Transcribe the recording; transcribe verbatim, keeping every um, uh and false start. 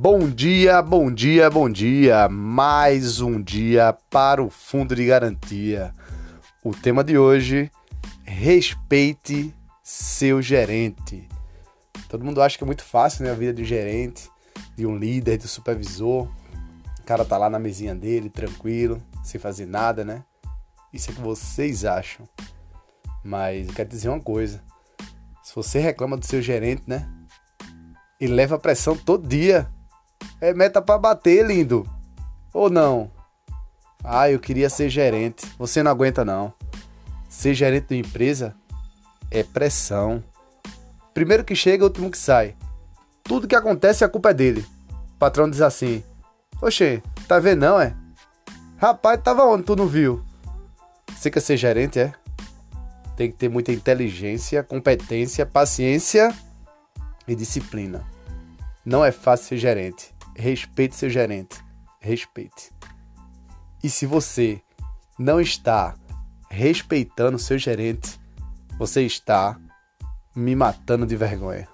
Bom dia, bom dia, bom dia. Mais um dia para o Fundo de Garantia. O tema de hoje: respeite seu gerente. Todo mundo acha que é muito fácil, né? A vida de um gerente, de um líder, de um supervisor. O cara tá lá na mesinha dele, tranquilo, sem fazer nada, né? Isso é o que vocês acham. Mas eu quero dizer uma coisa. Se você reclama do seu gerente, né? E leva pressão todo dia. É meta pra bater, lindo. Ou não? Ah, eu queria ser gerente. Você não aguenta, não. Ser gerente de uma empresa é pressão. Primeiro que chega, último que sai. Tudo que acontece, a culpa é dele. O patrão diz assim: oxê, tá vendo não, é? Rapaz, tava onde tu não viu? Você quer ser gerente, é? Tem que ter muita inteligência, competência, paciência e disciplina. Não é fácil ser gerente. Respeite seu gerente. Respeite. E se você não está respeitando seu gerente, você está me matando de vergonha.